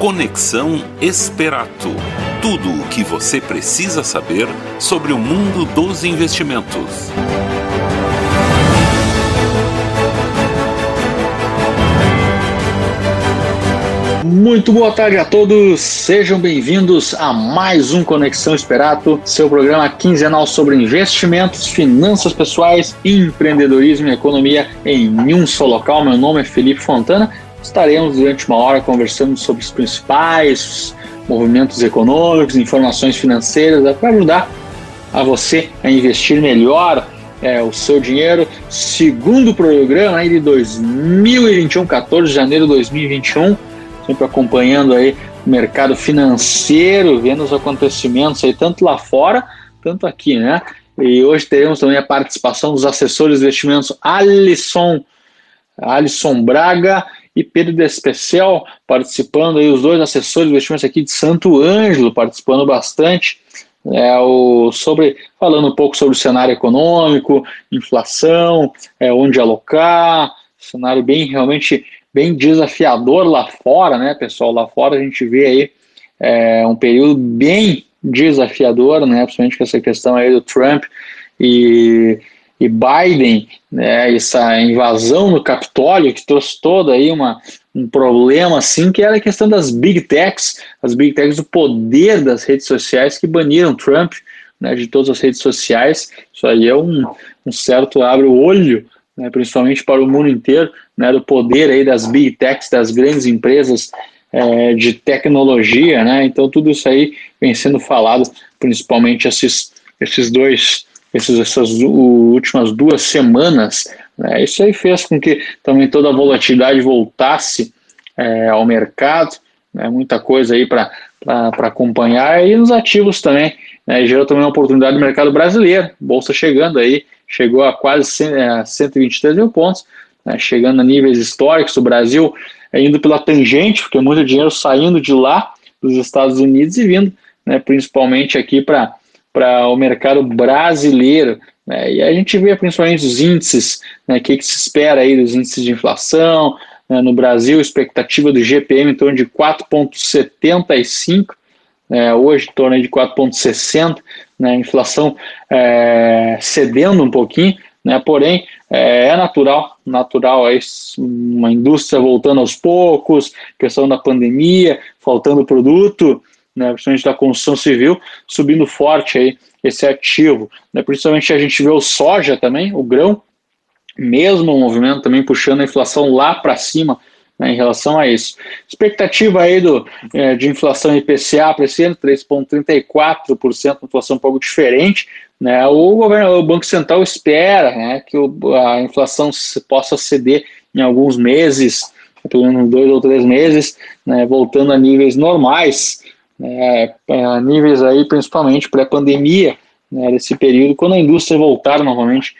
Conexão Esperato. Tudo o que você precisa saber sobre o mundo dos investimentos. Muito boa tarde a todos, sejam bem-vindos a mais um Conexão Esperato, seu programa quinzenal sobre investimentos, finanças pessoais, empreendedorismo e economia em um só local. Meu nome é Felipe Fontana, estaremos durante uma hora conversando sobre os principais movimentos econômicos, informações financeiras, para ajudar a você a investir melhor o seu dinheiro. Segundo programa aí de 2021, 14 de janeiro de 2021, sempre acompanhando aí o mercado financeiro, vendo os acontecimentos aí, tanto lá fora, tanto aqui, né? E hoje teremos também a participação dos assessores de investimentos Alisson Braga e Pedro Despecial, participando aí, os dois assessores de investimentos aqui de Santo Ângelo, participando bastante, falando um pouco sobre o cenário econômico, inflação, onde alocar, cenário realmente bem desafiador lá fora, né, pessoal? Lá fora a gente vê aí um período bem desafiador, né, principalmente com essa questão aí do Trump e Biden, né, essa invasão no Capitólio, que trouxe todo aí um problema, assim, que era a questão das Big Techs, o poder das redes sociais que baniram Trump, né, de todas as redes sociais. Isso aí é um certo abre-o-olho, né, principalmente para o mundo inteiro, né, do poder aí das Big Techs, das grandes empresas de tecnologia, né? Então tudo isso aí vem sendo falado, principalmente essas últimas 2 semanas, né? Isso aí fez com que também toda a volatilidade voltasse ao mercado, né? Muita coisa aí para acompanhar, e nos ativos também, né? Gerou também uma oportunidade no mercado brasileiro, bolsa chegou a quase 123 mil pontos, né? Chegando a níveis históricos, o Brasil indo pela tangente, porque muito dinheiro saindo de lá, dos Estados Unidos, e vindo, né, principalmente aqui para o mercado brasileiro, né? E a gente vê principalmente os índices, né, que se espera aí dos índices de inflação, né? No Brasil, expectativa do GPM em torno de 4,75, hoje em torno de 4,60, né? Inflação cedendo um pouquinho, né? Porém, é natural aí uma indústria voltando aos poucos, questão da pandemia, faltando produto, né, principalmente da construção civil, subindo forte aí esse ativo, né? Principalmente a gente vê o soja também, o grão, mesmo o movimento também puxando a inflação lá para cima, né, em relação a isso. Expectativa aí de inflação IPCA para esse ano, 3,34%, inflação um pouco diferente, né? O Banco Central espera, né, que a inflação possa ceder em alguns meses, pelo menos 2 ou 3 meses, né, voltando a níveis normais, a níveis aí principalmente pré-pandemia, né, nesse período, quando a indústria voltar novamente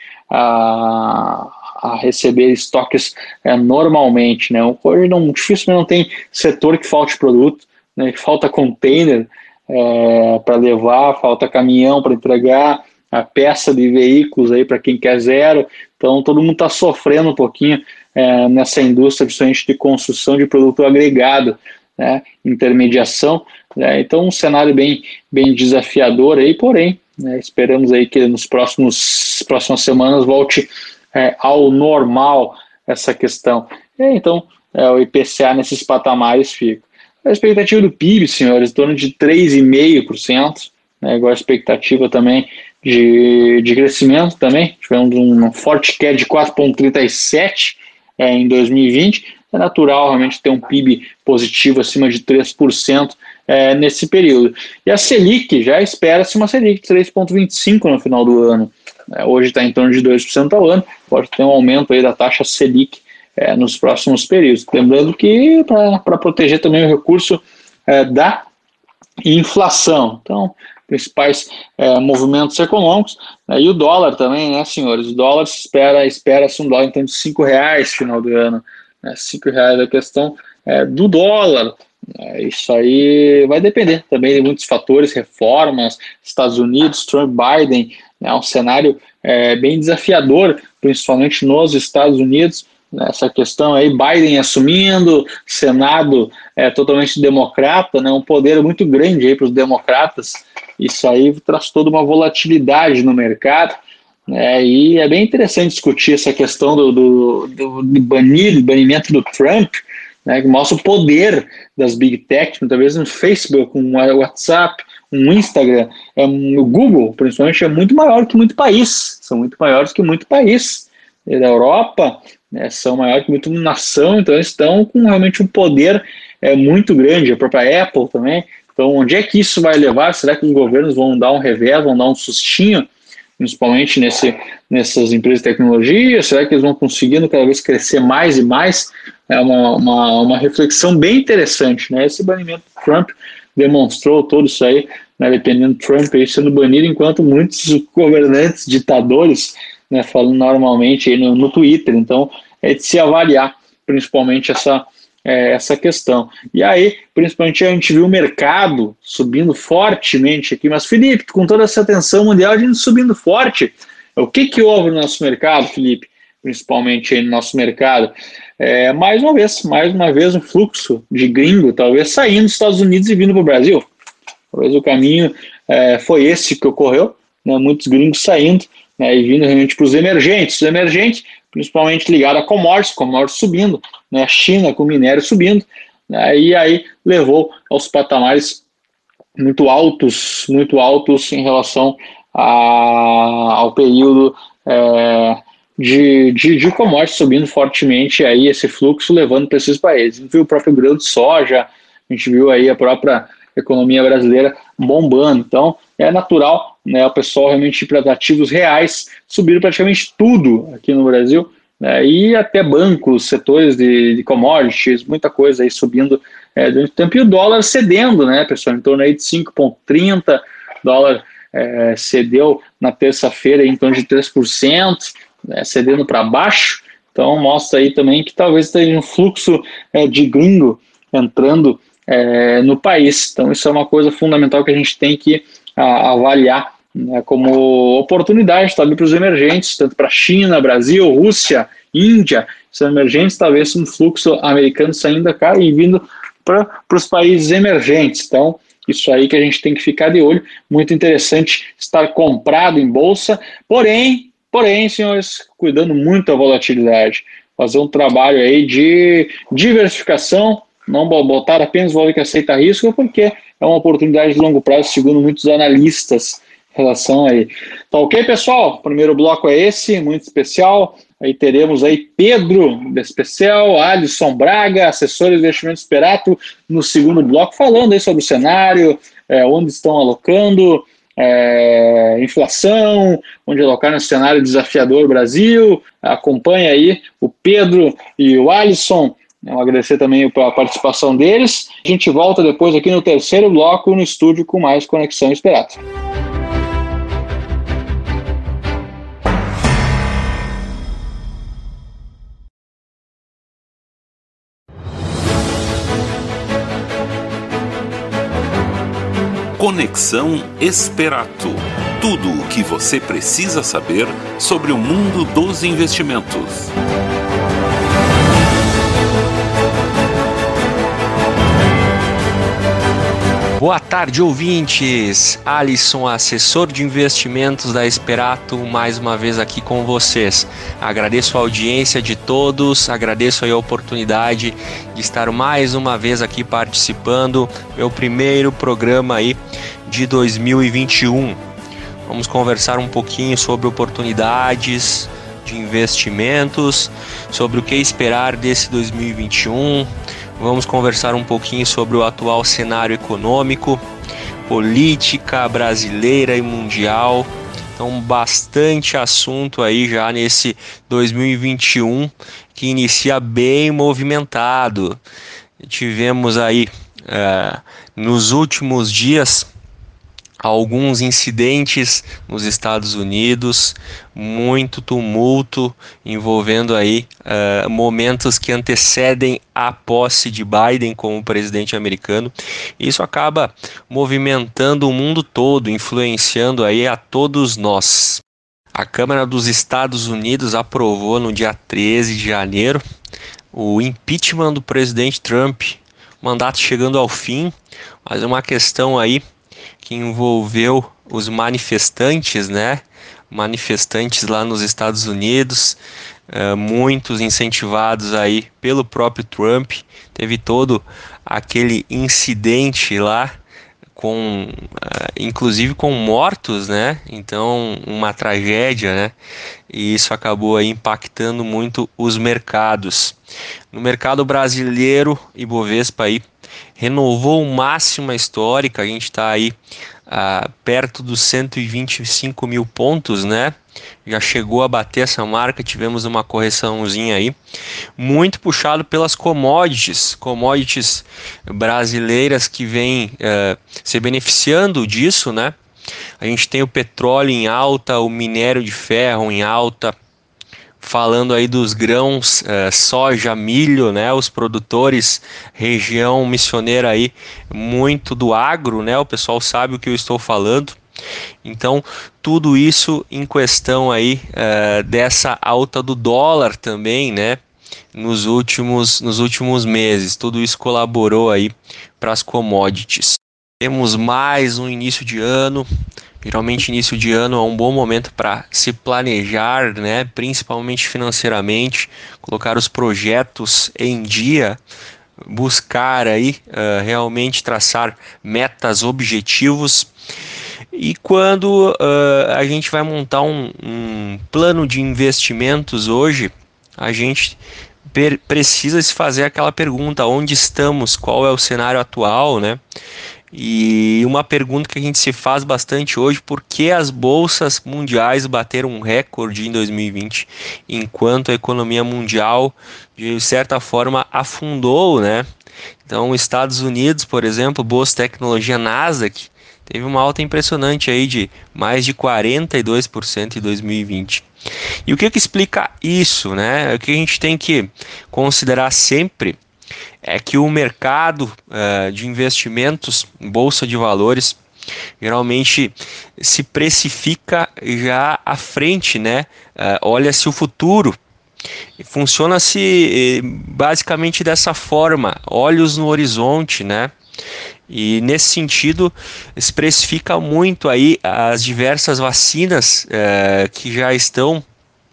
a receber estoques normalmente, né? Hoje dificilmente não tem setor que falte produto, né, que falta container para levar, falta caminhão para entregar, a peça de veículos aí para quem quer zero. Então todo mundo está sofrendo um pouquinho nessa indústria, principalmente de construção de produto agregado, né, intermediação, né? Então um cenário bem desafiador aí, porém, né, esperamos aí que nos próximas semanas volte ao normal essa questão. Então o IPCA nesses patamares fica. A expectativa do PIB, senhores, em torno de 3,5%, né, igual a expectativa também de crescimento também. Tivemos uma forte queda de 4,37% em 2020. É natural realmente ter um PIB positivo acima de 3% nesse período. E a Selic, já espera-se uma Selic de 3,25% no final do ano. Hoje está em torno de 2% ao ano, pode ter um aumento aí da taxa Selic nos próximos períodos. Lembrando que para proteger também o recurso da inflação. Então, principais movimentos econômicos, né? E o dólar também, né, senhores? O dólar espera-se um dólar em torno de R$5 no final do ano. R$5 a questão do dólar. Isso aí vai depender também de muitos fatores, reformas, Estados Unidos, Trump, Biden, né, um cenário bem desafiador, principalmente nos Estados Unidos, Essa questão aí, Biden assumindo, Senado totalmente democrata, né, um poder muito grande aí para os democratas. Isso aí traz toda uma volatilidade no mercado, né, e é bem interessante discutir essa questão do banimento do Trump, né, que mostra o poder das Big Tech, talvez um Facebook, um WhatsApp, um Instagram, o Google, principalmente, é muito maior que muito país, são muito maiores que muito país da Europa, né, são maiores que muita nação, então eles estão com realmente um poder muito grande, a própria Apple também. Então, onde é que isso vai levar? Será que os governos vão dar um revés, vão dar um sustinho, principalmente nessas empresas de tecnologia? Será que eles vão conseguindo cada vez crescer mais e mais? É uma reflexão bem interessante, né? Esse banimento do Trump demonstrou todo isso aí, né, dependendo do Trump aí sendo banido, enquanto muitos governantes, ditadores, né, falando normalmente aí no Twitter. Então, é de se avaliar principalmente essa questão. E aí, principalmente, a gente viu o mercado subindo fortemente aqui. Mas, Felipe, com toda essa tensão mundial, a gente subindo forte, o que houve no nosso mercado, Felipe? Principalmente aí no nosso mercado. Mais uma vez, um fluxo de gringo, talvez saindo dos Estados Unidos e vindo para o Brasil. Talvez o caminho foi esse que ocorreu, né? Muitos gringos saindo, né, e vindo realmente para os emergentes. Os emergentes, principalmente ligados a commodities subindo, né, a China com minério subindo, né, e aí levou aos patamares muito altos em relação ao período de commodities subindo fortemente, aí esse fluxo levando para esses países. A gente viu o próprio grão de soja, a gente viu aí a própria economia brasileira bombando. Então, é natural, né, o pessoal realmente ir para ativos reais, subiram praticamente tudo aqui no Brasil, né, e até bancos, setores de commodities, muita coisa aí subindo durante o tempo, e o dólar cedendo, né, pessoal, em torno aí de 5,30, dólar cedeu na terça-feira em torno de 3%, né, cedendo para baixo. Então, mostra aí também que talvez tenha um fluxo de gringo entrando no país. Então, isso é uma coisa fundamental que a gente tem que avaliar, né, como oportunidade também para os emergentes, tanto para a China, Brasil, Rússia, Índia, são emergentes, talvez um fluxo americano saindo da cá e vindo para os países emergentes. Então, isso aí que a gente tem que ficar de olho. Muito interessante estar comprado em bolsa, porém, senhores, cuidando muito da volatilidade, fazer um trabalho aí de diversificação, não botar apenas o valor que aceita risco, porque é uma oportunidade de longo prazo, segundo muitos analistas em relação aí. Tá ok, pessoal? O primeiro bloco é esse, muito especial. Aí teremos aí Pedro da Especial, Alisson Braga, assessor de investimentos Perato, no segundo bloco, falando aí sobre o cenário, onde estão alocando, inflação, onde alocar no cenário desafiador Brasil. Acompanha aí o Pedro e o Alisson. Agradecer também a participação deles. A gente volta depois aqui no terceiro bloco no estúdio com mais Conexão Esperato. Conexão Esperato. Tudo o que você precisa saber sobre o mundo dos investimentos. Boa tarde, ouvintes. Alisson, assessor de investimentos da Esperato, mais uma vez aqui com vocês. Agradeço a audiência de todos, agradeço aí a oportunidade de estar mais uma vez aqui participando, meu primeiro programa aí de 2021. Vamos conversar um pouquinho sobre oportunidades de investimentos, sobre o que esperar desse 2021. Vamos conversar um pouquinho sobre o atual cenário econômico, política brasileira e mundial. Então, bastante assunto aí já nesse 2021 que inicia bem movimentado. Tivemos aí nos últimos dias alguns incidentes nos Estados Unidos, muito tumulto envolvendo aí momentos que antecedem a posse de Biden como presidente americano. Isso acaba movimentando o mundo todo, influenciando aí a todos nós. A Câmara dos Estados Unidos aprovou no dia 13 de janeiro o impeachment do presidente Trump, mandato chegando ao fim, mas é uma questão aí que envolveu os manifestantes, né? Manifestantes lá nos Estados Unidos, muitos incentivados aí pelo próprio Trump. Teve todo aquele incidente lá, inclusive com mortos, né? Então, uma tragédia, né? E isso acabou aí impactando muito os mercados. No mercado brasileiro, Ibovespa aí renovou máxima histórica. A gente está aí perto dos 125 mil pontos, né? Já chegou a bater essa marca, tivemos uma correçãozinha aí, muito puxado pelas commodities brasileiras que vêm se beneficiando disso, né? A gente tem o petróleo em alta, o minério de ferro em alta. Falando aí dos grãos, soja, milho, né, os produtores, região missioneira aí, muito do agro, né, o pessoal sabe o que eu estou falando. Então, tudo isso em questão aí dessa alta do dólar também, né, nos últimos meses. Tudo isso colaborou aí para as commodities. Temos mais um início de ano. Geralmente início de ano é um bom momento para se planejar, né? Principalmente financeiramente, colocar os projetos em dia, buscar aí realmente traçar metas, objetivos. E quando a gente vai montar um plano de investimentos hoje, a gente precisa se fazer aquela pergunta: onde estamos, qual é o cenário atual, né? E uma pergunta que a gente se faz bastante hoje: por que as bolsas mundiais bateram um recorde em 2020, enquanto a economia mundial, de certa forma, afundou, né? Então, Estados Unidos, por exemplo, Bolsa de Tecnologia Nasdaq, teve uma alta impressionante aí de mais de 42% em 2020. E o que explica isso, né? O que a gente tem que considerar sempre é que o mercado de investimentos, bolsa de valores, geralmente se precifica já à frente, né? Olha-se o futuro. Funciona-se basicamente dessa forma, olhos no horizonte, né? E nesse sentido se precifica muito aí as diversas vacinas que já estão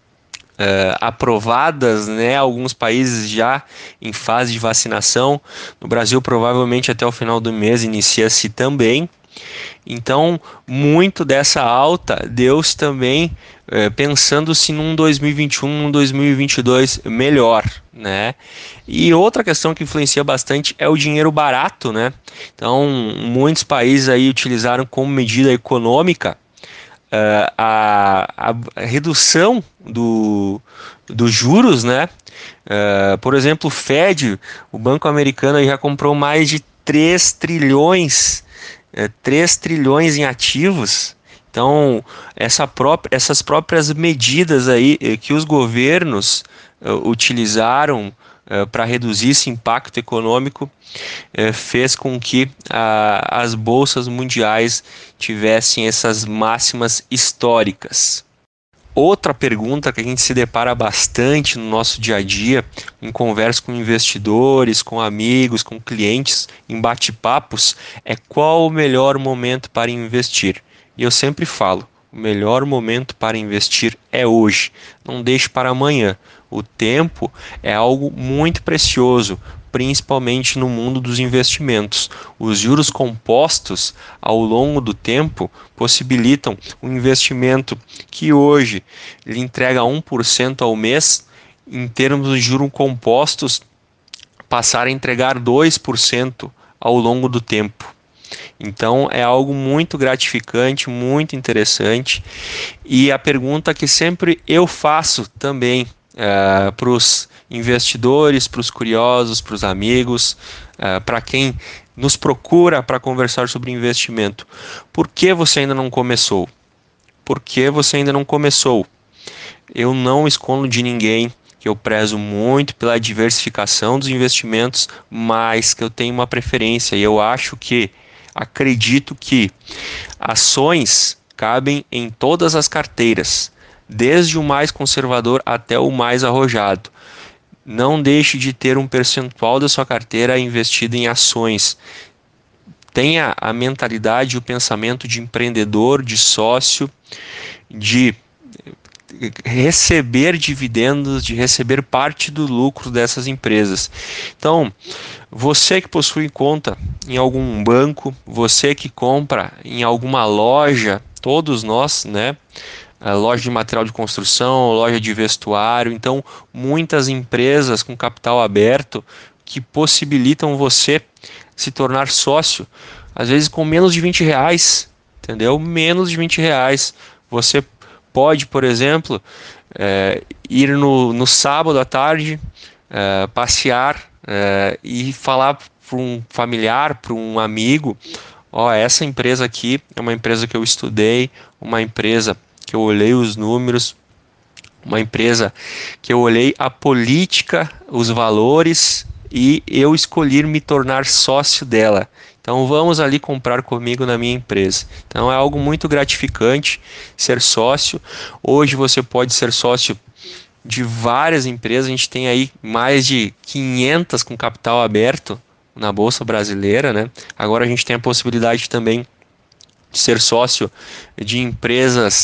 aprovadas, né? Alguns países já em fase de vacinação. No Brasil, provavelmente até o final do mês inicia-se também. Então, muito dessa alta deu-se também pensando-se num 2021, num 2022 melhor, né? E outra questão que influencia bastante é o dinheiro barato, né? Então, muitos países aí utilizaram como medida econômica a redução dos juros, né? Por exemplo, o Fed, o Banco Americano, já comprou mais de 3 trilhões em ativos. Então, essas próprias medidas aí que os governos utilizaram para reduzir esse impacto econômico fez com que as bolsas mundiais tivessem essas máximas históricas. Outra pergunta que a gente se depara bastante no nosso dia a dia, em conversa com investidores, com amigos, com clientes, em bate-papos, é qual o melhor momento para investir? E eu sempre falo: o melhor momento para investir é hoje, não deixe para amanhã. O tempo é algo muito precioso, principalmente no mundo dos investimentos. Os juros compostos ao longo do tempo possibilitam um investimento que hoje lhe entrega 1% ao mês, em termos de juros compostos, passar a entregar 2% ao longo do tempo. Então é algo muito gratificante, muito interessante. E a pergunta que sempre eu faço também para os investidores, para os curiosos, para os amigos, para quem nos procura para conversar sobre investimento: por que você ainda não começou? Por que você ainda não começou? Eu não escondo de ninguém que eu prezo muito pela diversificação dos investimentos, mas que eu tenho uma preferência, e eu acredito que ações cabem em todas as carteiras, desde o mais conservador até o mais arrojado. Não deixe de ter um percentual da sua carteira investido em ações. Tenha a mentalidade e o pensamento de empreendedor, de sócio, de receber dividendos, de receber parte do lucro dessas empresas. Então, você que possui conta em algum banco, você que compra em alguma loja, todos nós, né? Loja de material de construção, loja de vestuário, então muitas empresas com capital aberto que possibilitam você se tornar sócio, às vezes com menos de R$20, entendeu? Menos de R$20. Você pode, por exemplo, ir no sábado à tarde, passear e falar para um familiar, para um amigo, essa empresa aqui é uma empresa que eu estudei, uma empresa que eu olhei os números, uma empresa que eu olhei a política, os valores e eu escolhi me tornar sócio dela. Então vamos ali comprar comigo na minha empresa. Então é algo muito gratificante ser sócio. Hoje você pode ser sócio de várias empresas, a gente tem aí mais de 500 com capital aberto na Bolsa Brasileira, né? Agora a gente tem a possibilidade também de ser sócio de empresas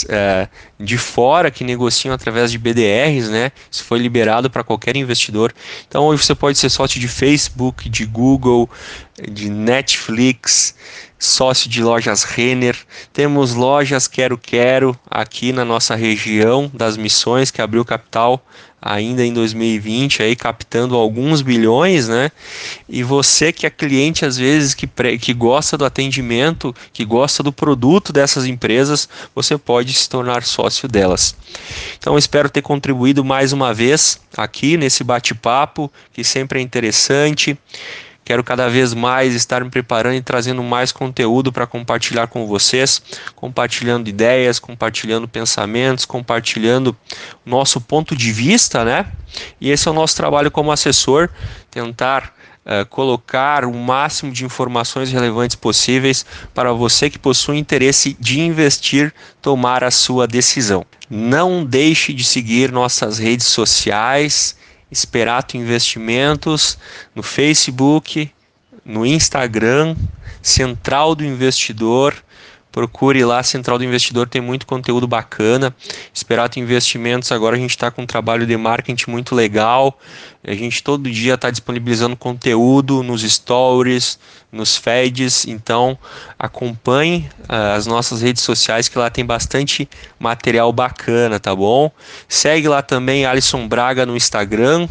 de fora que negociam através de BDRs, né? Isso foi liberado para qualquer investidor. Então hoje você pode ser sócio de Facebook, de Google, de Netflix, sócio de lojas Renner. Temos lojas Quero aqui na nossa região das Missões, que abriu capital ainda em 2020, aí captando alguns bilhões, né? E você que é cliente, às vezes, que gosta do atendimento, que gosta do produto dessas empresas, você pode se tornar sócio delas. Então, espero ter contribuído mais uma vez aqui nesse bate-papo, que sempre é interessante. Quero cada vez mais estar me preparando e trazendo mais conteúdo para compartilhar com vocês, compartilhando ideias, compartilhando pensamentos, compartilhando o nosso ponto de vista, né? E esse é o nosso trabalho como assessor, tentar colocar o máximo de informações relevantes possíveis para você que possui interesse de investir, tomar a sua decisão. Não deixe de seguir nossas redes sociais, Esperato Investimentos, no Facebook, no Instagram, Central do Investidor. Procure lá, Central do Investidor, tem muito conteúdo bacana. Esperato Investimentos, agora a gente está com um trabalho de marketing muito legal. A gente todo dia está disponibilizando conteúdo nos stories, nos feeds. Então acompanhe as nossas redes sociais, que lá tem bastante material bacana, tá bom? Segue lá também Alisson Braga no Instagram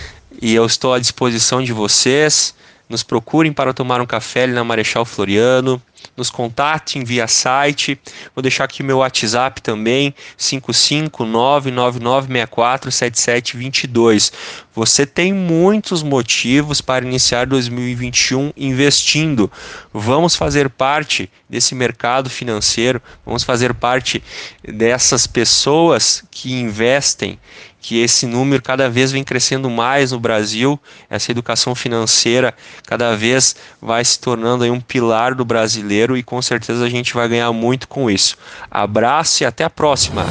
e eu estou à disposição de vocês. Nos procurem para tomar um café ali na Marechal Floriano, nos contatem via site, vou deixar aqui meu WhatsApp também, 55999647722. Você tem muitos motivos para iniciar 2021 investindo. Vamos fazer parte desse mercado financeiro, vamos fazer parte dessas pessoas que investem, que esse número cada vez vem crescendo mais no Brasil. Essa educação financeira cada vez vai se tornando aí um pilar do brasileiro e com certeza a gente vai ganhar muito com isso. Abraço e até a próxima!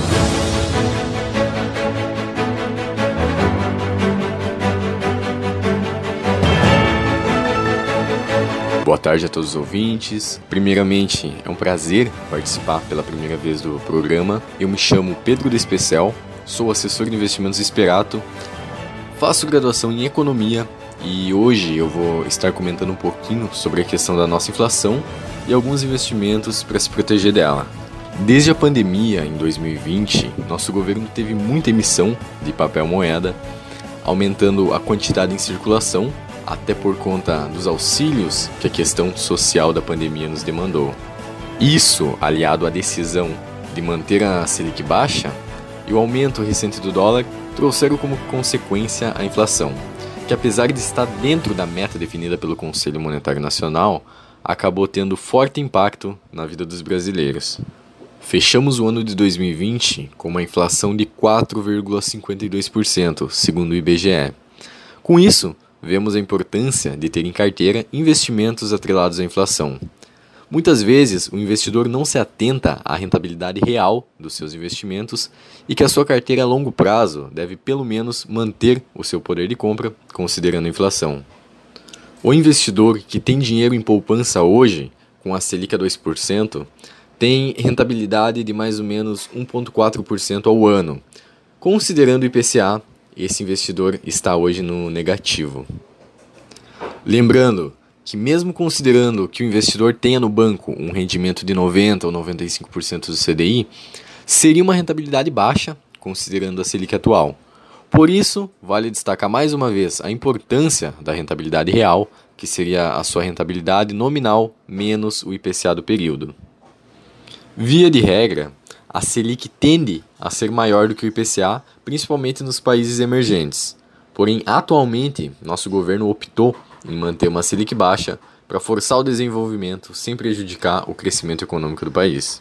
Boa tarde a todos os ouvintes. Primeiramente, é um prazer participar pela primeira vez do programa. Eu me chamo Pedro Despecel, sou assessor de investimentos Esperato, faço graduação em economia e hoje eu vou estar comentando um pouquinho sobre a questão da nossa inflação e alguns investimentos para se proteger dela. Desde a pandemia em 2020, nosso governo teve muita emissão de papel moeda, aumentando a quantidade em circulação, até por conta dos auxílios que a questão social da pandemia nos demandou. Isso, aliado à decisão de manter a Selic baixa e o aumento recente do dólar, trouxeram como consequência a inflação, que apesar de estar dentro da meta definida pelo Conselho Monetário Nacional, acabou tendo forte impacto na vida dos brasileiros. Fechamos o ano de 2020 com uma inflação de 4,52%, segundo o IBGE. Com isso, vemos a importância de ter em carteira investimentos atrelados à inflação. Muitas vezes, o investidor não se atenta à rentabilidade real dos seus investimentos e que a sua carteira a longo prazo deve pelo menos manter o seu poder de compra, considerando a inflação. O investidor que tem dinheiro em poupança hoje, com a Selic a 2%, tem rentabilidade de mais ou menos 1,4% ao ano. Considerando o IPCA, esse investidor está hoje no negativo. Lembrando que mesmo considerando que o investidor tenha no banco um rendimento de 90% ou 95% do CDI, seria uma rentabilidade baixa, considerando a Selic atual. Por isso, vale destacar mais uma vez a importância da rentabilidade real, que seria a sua rentabilidade nominal menos o IPCA do período. Via de regra, a Selic tende a ser maior do que o IPCA, principalmente nos países emergentes. Porém, atualmente, nosso governo optou em manter uma Selic baixa para forçar o desenvolvimento sem prejudicar o crescimento econômico do país.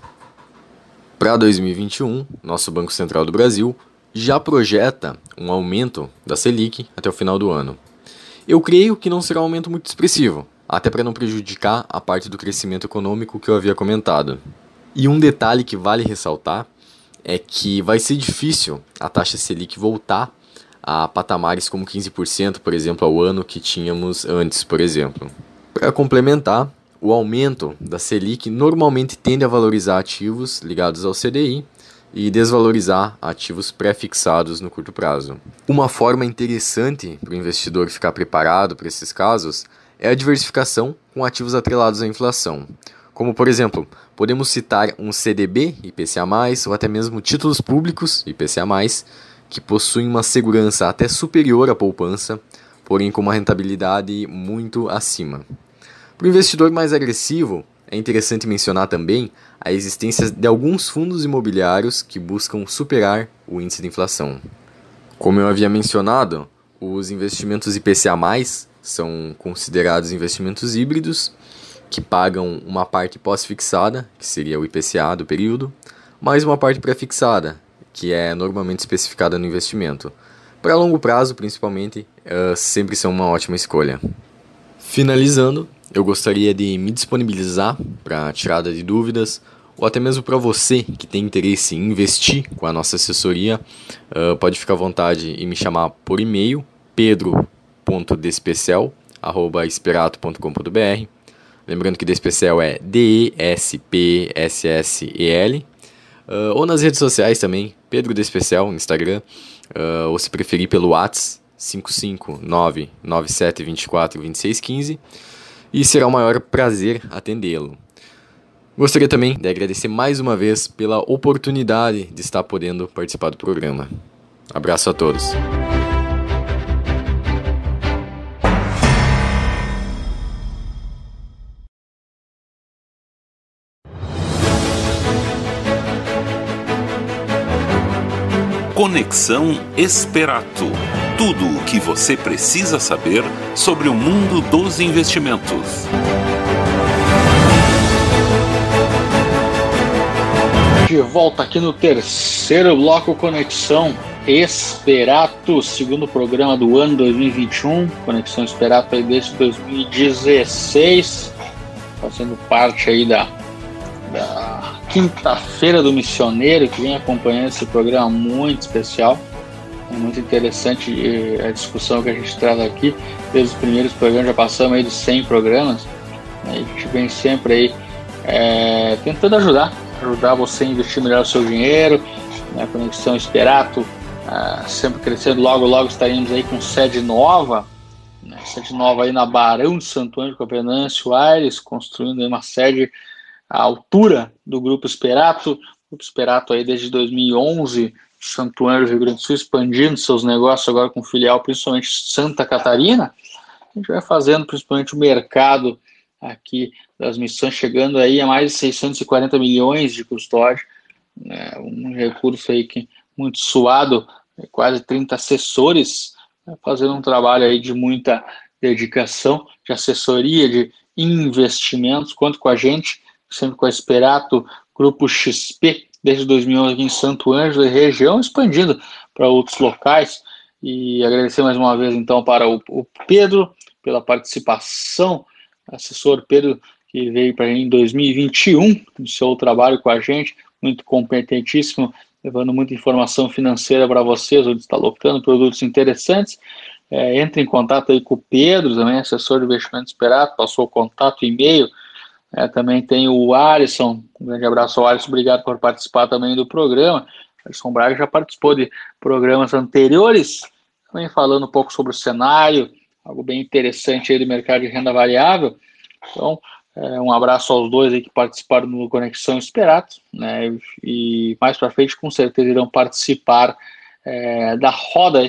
Para 2021, nosso Banco Central do Brasil já projeta um aumento da Selic até o final do ano. Eu creio que não será um aumento muito expressivo, até para não prejudicar a parte do crescimento econômico que eu havia comentado. E um detalhe que vale ressaltar é que vai ser difícil a taxa Selic voltar a patamares como 15%, por exemplo, ao ano que tínhamos antes, por exemplo. Para complementar, o aumento da Selic normalmente tende a valorizar ativos ligados ao CDI e desvalorizar ativos pré-fixados no curto prazo. Uma forma interessante para o investidor ficar preparado para esses casos é a diversificação com ativos atrelados à inflação. Como, por exemplo, podemos citar um CDB IPCA+, ou até mesmo títulos públicos IPCA+, que possuem uma segurança até superior à poupança, porém com uma rentabilidade muito acima. Para o investidor mais agressivo, é interessante mencionar também a existência de alguns fundos imobiliários que buscam superar o índice de inflação. Como eu havia mencionado, os investimentos IPCA+, são considerados investimentos híbridos, que pagam uma parte pós-fixada, que seria o IPCA do período, mais uma parte pré-fixada, que é normalmente especificada no investimento. Para longo prazo, principalmente, sempre são uma ótima escolha. Finalizando, eu gostaria de me disponibilizar para a tirada de dúvidas, ou até mesmo para você que tem interesse em investir com a nossa assessoria, pode ficar à vontade e me chamar por e-mail, pedro.despecel@esperato.com.br. Lembrando que Despecel é DESPSSEL, ou nas redes sociais também, Pedro Despecel no Instagram, ou se preferir pelo WhatsApp 55997242615, e será um maior prazer atendê-lo. Gostaria também de agradecer mais uma vez pela oportunidade de estar podendo participar do programa. Abraço a todos. Conexão Esperato. Tudo o que você precisa saber sobre o mundo dos investimentos. De volta aqui no terceiro bloco Conexão Esperato, segundo programa do ano 2021. Conexão Esperato aí desde 2016, fazendo parte aí da Quinta-feira do Missioneiro, que vem acompanhando esse programa muito especial. É muito interessante a discussão que a gente traz aqui. Desde os primeiros programas, já passamos aí dos 100 programas, né? A gente vem sempre aí tentando ajudar você a investir melhor o seu dinheiro, né? Conexão Esperato, sempre crescendo. Logo estaremos aí com sede nova, né? Sede nova aí na Barão de Santo Ângelo com a Venâncio Aires, construindo aí uma sede à altura do Grupo Esperato. O Grupo Esperato aí desde 2011, Santo Ângelo, Rio Grande do Sul, expandindo seus negócios agora com filial, principalmente Santa Catarina. A gente vai fazendo principalmente o mercado aqui das missões, chegando aí a mais de 640 milhões de custódia, né? Um recurso aí que muito suado, quase 30 assessores, né? Fazendo um trabalho aí de muita dedicação, de assessoria, de investimentos. Conta com a gente, sempre com a Esperato, Grupo XP, desde 2011 aqui em Santo Ângelo e região, expandindo para outros locais. E agradecer mais uma vez, então, para o Pedro, pela participação, assessor Pedro, que veio para em 2021, iniciou o trabalho com a gente, muito competentíssimo, levando muita informação financeira para vocês, onde está locando produtos interessantes. Entre em contato aí com o Pedro, também assessor de investimento Esperato, passou o contato, e-mail. Também tem o Alisson, um grande abraço ao Alisson, obrigado por participar também do programa. O Alisson Braga já participou de programas anteriores, também falando um pouco sobre o cenário, algo bem interessante aí do mercado de renda variável. Então, um abraço aos dois aí que participaram do Conexão Esperato, né? E mais para frente, com certeza, irão participar da roda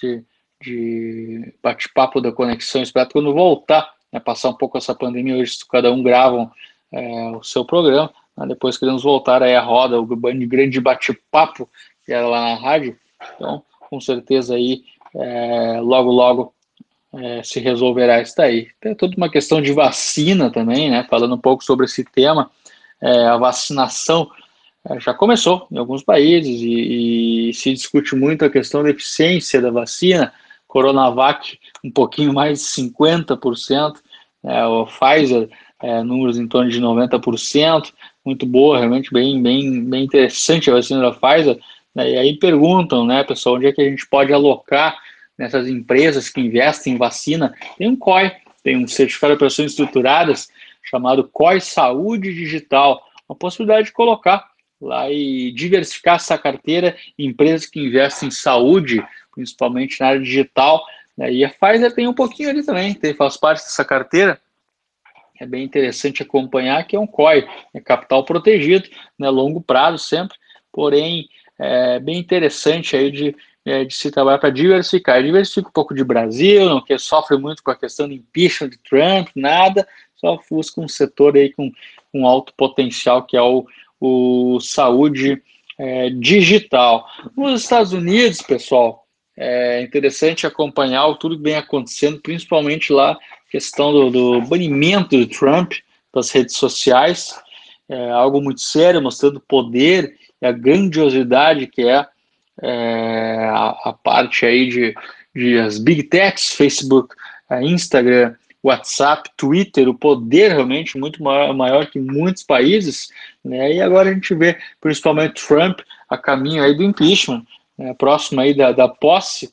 de bate-papo da Conexão Esperato quando voltar, né? Passar um pouco essa pandemia. Hoje cada um grava o seu programa, né? Depois queremos voltar aí a roda, o grande bate-papo que era lá na rádio. Então, com certeza aí, logo se resolverá isso daí. Tem toda uma questão de vacina também, né? Falando um pouco sobre esse tema, a vacinação já começou em alguns países e se discute muito a questão da eficiência da vacina. Coronavac, um pouquinho mais de 50%, o Pfizer, números em torno de 90%, muito boa, realmente bem interessante a vacina da Pfizer, né? E aí perguntam, né, pessoal, onde é que a gente pode alocar nessas empresas que investem em vacina? Tem um COI, tem um certificado de operações estruturadas chamado COI Saúde Digital, uma possibilidade de colocar lá e diversificar essa carteira em empresas que investem em saúde, principalmente na área digital, né? E a Pfizer tem um pouquinho ali também, faz parte dessa carteira. É bem interessante acompanhar, que é um COI, capital protegido, né, longo prazo sempre, porém bem interessante aí de se trabalhar para diversificar. Diversifica um pouco de Brasil, não que sofre muito com a questão do impeachment de Trump, nada, só busca um setor aí com alto potencial, que é o saúde digital. Nos Estados Unidos, pessoal, é interessante acompanhar tudo que vem acontecendo, principalmente lá a questão do banimento do Trump das redes sociais, algo muito sério, mostrando o poder e a grandiosidade que a parte aí de as big techs, Facebook, Instagram, WhatsApp, Twitter, o poder realmente muito maior que muitos países, né? E agora a gente vê principalmente Trump a caminho aí do impeachment, né? Próximo aí da posse,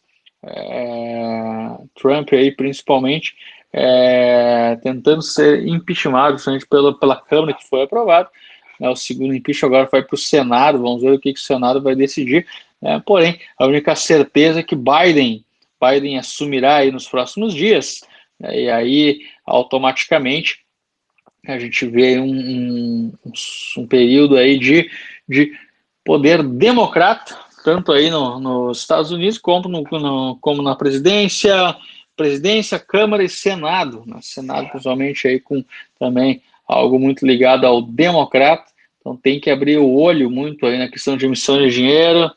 Trump aí principalmente tentando ser impeachmentado, principalmente pela Câmara, que foi aprovado, né? O segundo impeachment agora vai para o Senado, vamos ver o que o Senado vai decidir, né? Porém, a única certeza é que Biden assumirá aí nos próximos dias, né? E aí automaticamente a gente vê um período aí de poder democrata, tanto aí nos Estados Unidos como na presidência, Câmara e Senado, né? Senado principalmente aí com também algo muito ligado ao democrata, então tem que abrir o olho muito aí na questão de emissão de dinheiro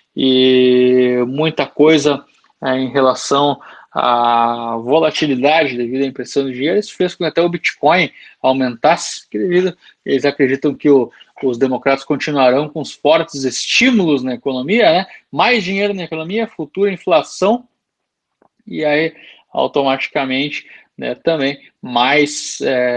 e muita coisa em relação à volatilidade devido à impressão de dinheiro. Isso fez com que até o Bitcoin aumentasse, devido eles acreditam que os democratas continuarão com os fortes estímulos na economia, né? Mais dinheiro na economia, futura inflação, e aí automaticamente, né, também mais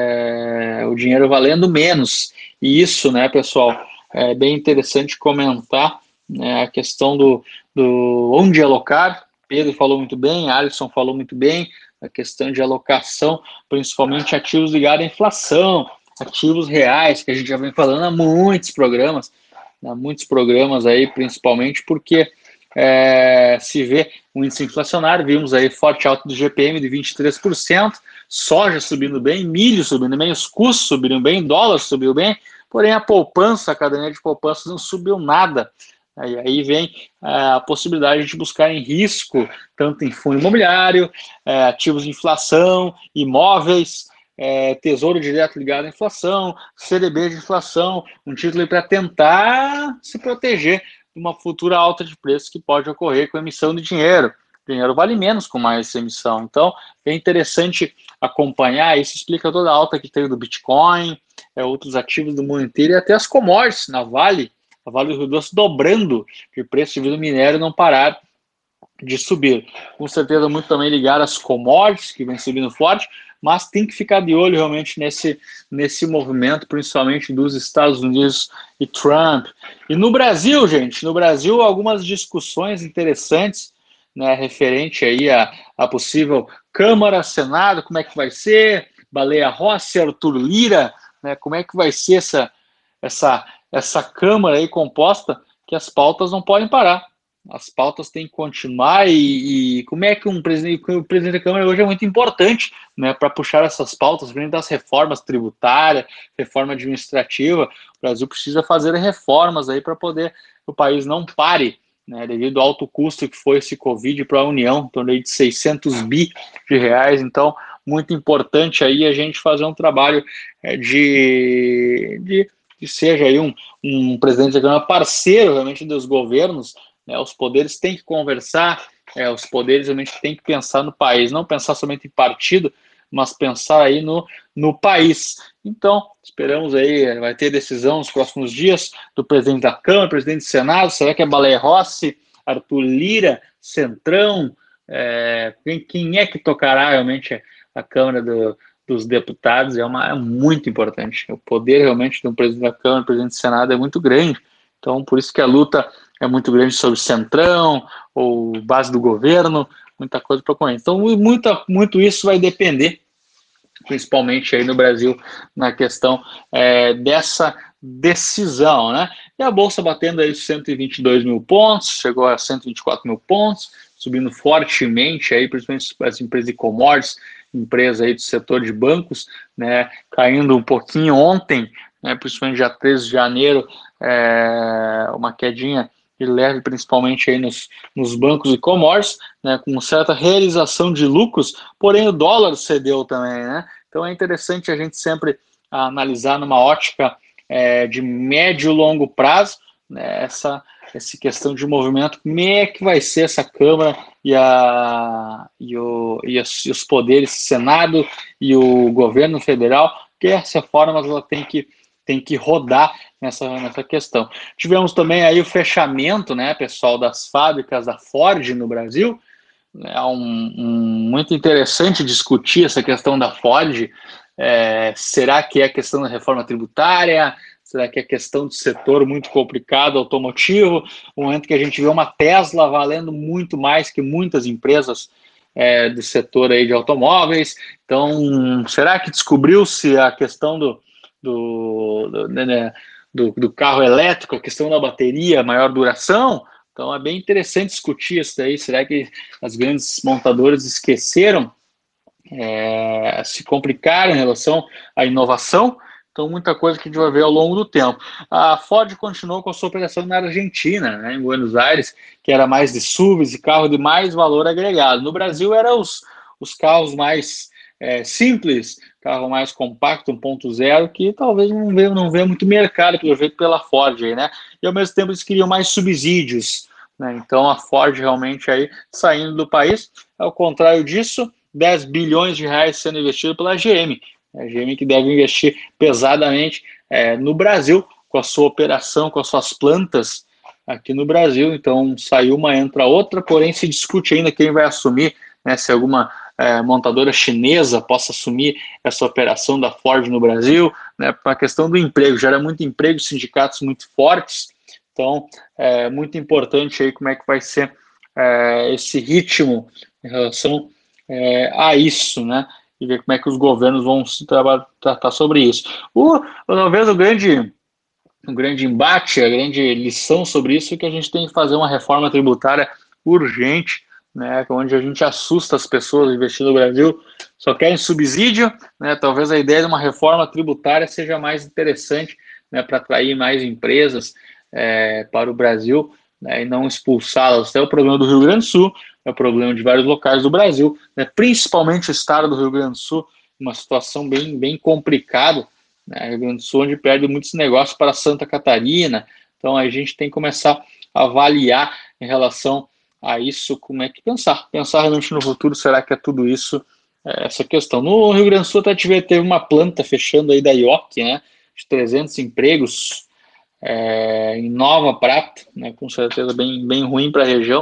o dinheiro valendo menos. E isso, né, pessoal, é bem interessante comentar, né, a questão do onde alocar. Pedro falou muito bem, Alisson falou muito bem, a questão de alocação, principalmente ativos ligados à inflação, ativos reais, que a gente já vem falando há muitos programas aí, principalmente porque se vê um índice inflacionário, vimos aí forte alta do GPM de 23%, soja subindo bem, milho subindo bem, os custos subiram bem, dólar subiu bem, porém a poupança, a caderneta de poupança não subiu nada. E aí vem a possibilidade de buscar em risco, tanto em fundo imobiliário, ativos de inflação, imóveis, tesouro direto ligado à inflação, CDB de inflação, um título para tentar se proteger de uma futura alta de preços que pode ocorrer com a emissão de dinheiro. O dinheiro vale menos com mais emissão. Então, é interessante acompanhar. Isso explica toda a alta que teve do Bitcoin, outros ativos do mundo inteiro e até as commodities na Vale. A Vale do Rio Doce dobrando de preço devido ao minério não parar de subir. Com certeza muito também ligado às commodities, que vem subindo forte, mas tem que ficar de olho realmente nesse movimento, principalmente dos Estados Unidos e Trump. E no Brasil, gente, no Brasil algumas discussões interessantes, né, referente aí a possível Câmara, Senado, como é que vai ser, Baleia Rossi, Arthur Lira, né, como é que vai ser essa Câmara aí composta, que as pautas não podem parar. As pautas têm que continuar e como é que o presidente da Câmara hoje é muito importante, né, para puxar essas pautas, frente das reformas tributárias, reforma administrativa. O Brasil precisa fazer reformas aí para poder o país não pare, né, devido ao alto custo que foi esse Covid para a União, em torno de 600 bi de reais. Então, muito importante aí a gente fazer um trabalho de que seja aí um presidente da Câmara parceiro realmente dos governos, né, os poderes têm que conversar, os poderes realmente têm que pensar no país, não pensar somente em partido, mas pensar aí no país. Então, esperamos aí, vai ter decisão nos próximos dias do presidente da Câmara, presidente do Senado, será que é Baleia Rossi, Arthur Lira, Centrão, quem é que tocará realmente a Câmara dos Deputados? É muito importante. O poder realmente de um presidente da Câmara, presidente do Senado é muito grande. Então, por isso que a luta é muito grande sobre Centrão, ou base do governo, muita coisa para correr. Então, muito isso vai depender, principalmente aí no Brasil, na questão dessa decisão, né? E a Bolsa batendo aí 122 mil pontos, chegou a 124 mil pontos, subindo fortemente aí, principalmente as empresas de commodities, empresa aí do setor de bancos, né, caindo um pouquinho ontem, né, principalmente dia 13 de janeiro, uma quedinha de leve, principalmente aí nos bancos e commodities, né, com certa realização de lucros, porém o dólar cedeu também, né? Então é interessante a gente sempre analisar numa ótica de médio e longo prazo, né, essa questão de movimento, como é que vai ser essa Câmara e os poderes, Senado e o governo federal, que as reformas ela tem que rodar nessa questão. Tivemos também aí o fechamento, né, pessoal, das fábricas da Ford no Brasil. É muito interessante discutir essa questão da Ford. Será que é a questão da reforma tributária? Será que é questão do setor muito complicado, automotivo? No momento que a gente vê uma Tesla valendo muito mais que muitas empresas do setor aí de automóveis. Então, será que descobriu-se a questão do carro elétrico, a questão da bateria, maior duração? Então, é bem interessante discutir isso daí. Será que as grandes montadoras esqueceram, se complicaram em relação à inovação? Então, muita coisa que a gente vai ver ao longo do tempo. A Ford continuou com a sua operação na Argentina, né, em Buenos Aires, que era mais de SUVs e carro de mais valor agregado. No Brasil, eram os carros mais simples, carro mais compacto, 1.0, que talvez não vê muito mercado, pelo jeito, pela Ford aí, né? E, ao mesmo tempo, eles queriam mais subsídios, né? Então, a Ford realmente aí saindo do país. Ao contrário disso, 10 bilhões de reais sendo investido pela GM. A GM que deve investir pesadamente no Brasil, com a sua operação, com as suas plantas aqui no Brasil. Então, saiu uma, entra outra, porém se discute ainda quem vai assumir, né, se alguma montadora chinesa possa assumir essa operação da Ford no Brasil, né, para a questão do emprego. Gera muito emprego, sindicatos muito fortes. Então, é muito importante aí como é que vai ser esse ritmo em relação a isso, né? E ver como é que os governos vão se tratar sobre isso. Talvez o grande embate, a grande lição sobre isso é que a gente tem que fazer uma reforma tributária urgente, né, onde a gente assusta as pessoas investindo no Brasil, só querem subsídio, né? Talvez a ideia de uma reforma tributária seja mais interessante, né, para atrair mais empresas para o Brasil, né, e não expulsá-las. Até o problema do Rio Grande do Sul, é o problema de vários locais do Brasil, né, principalmente o estado do Rio Grande do Sul, uma situação bem, bem complicada, né, Rio Grande do Sul, onde perde muitos negócios para Santa Catarina. Então a gente tem que começar a avaliar em relação a isso, como é que pensar realmente no futuro. Será que é tudo isso, essa questão? No Rio Grande do Sul até teve uma planta fechando aí da IOC, né, de 300 empregos em Nova Prata, né, com certeza bem, bem ruim para a região.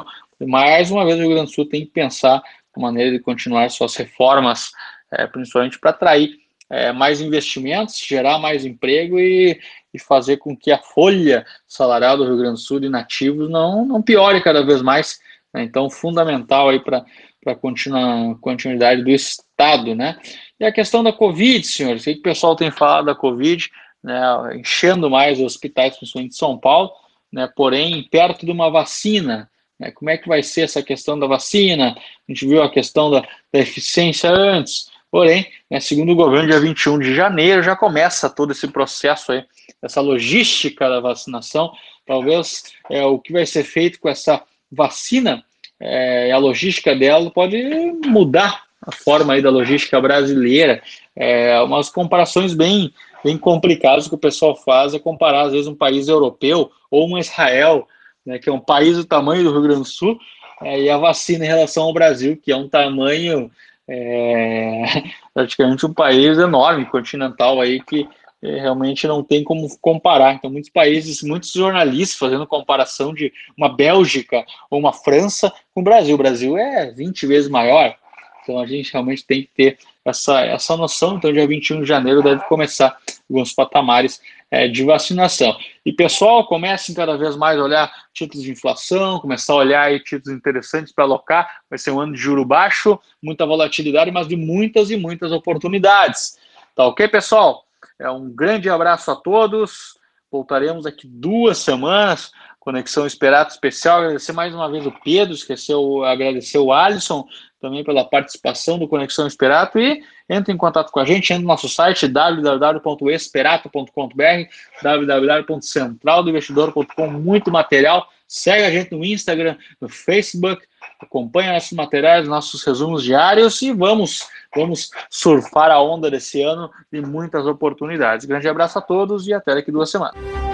Mais uma vez, o Rio Grande do Sul tem que pensar a maneira de continuar suas reformas, principalmente para atrair mais investimentos, gerar mais emprego e fazer com que a folha salarial do Rio Grande do Sul de nativos não piore cada vez mais, né? Então, fundamental aí para a continuidade do Estado, né? E a questão da Covid, senhores, sei que o pessoal tem falado da Covid, né, enchendo mais os hospitais, principalmente de São Paulo, né, porém, perto de uma vacina, né, como é que vai ser essa questão da vacina? A gente viu a questão da eficiência antes, porém, né, segundo o governo, dia 21 de janeiro já começa todo esse processo aí, essa logística da vacinação. Talvez o que vai ser feito com essa vacina, a logística dela pode mudar a forma aí da logística brasileira. Umas comparações bem complicadas que o pessoal faz é comparar, às vezes, um país europeu ou um Israel, né, que é um país do tamanho do Rio Grande do Sul, e a vacina em relação ao Brasil, que é um tamanho praticamente um país enorme, continental, aí, que realmente não tem como comparar. Então, muitos países, muitos jornalistas fazendo comparação de uma Bélgica ou uma França com o Brasil. O Brasil é 20 vezes maior, então a gente realmente tem que ter essa noção. Então, dia 21 de janeiro deve começar alguns patamares de vacinação. E, pessoal, comecem cada vez mais a olhar títulos de inflação, começar a olhar aí títulos interessantes para alocar. Vai ser um ano de juro baixo, muita volatilidade, mas de muitas e muitas oportunidades. Tá ok, pessoal? Um grande abraço a todos. Voltaremos daqui 2 semanas. Conexão Esperato especial. Agradecer mais uma vez o Pedro, agradecer o Alisson também pela participação do Conexão Esperato, e entre em contato com a gente, entre no nosso site www.esperato.com.br, www.centraldoinvestidor.com, muito material. Segue a gente no Instagram, no Facebook, acompanha nossos materiais, nossos resumos diários, e vamos surfar a onda desse ano de muitas oportunidades. Grande abraço a todos e até daqui 2 semanas.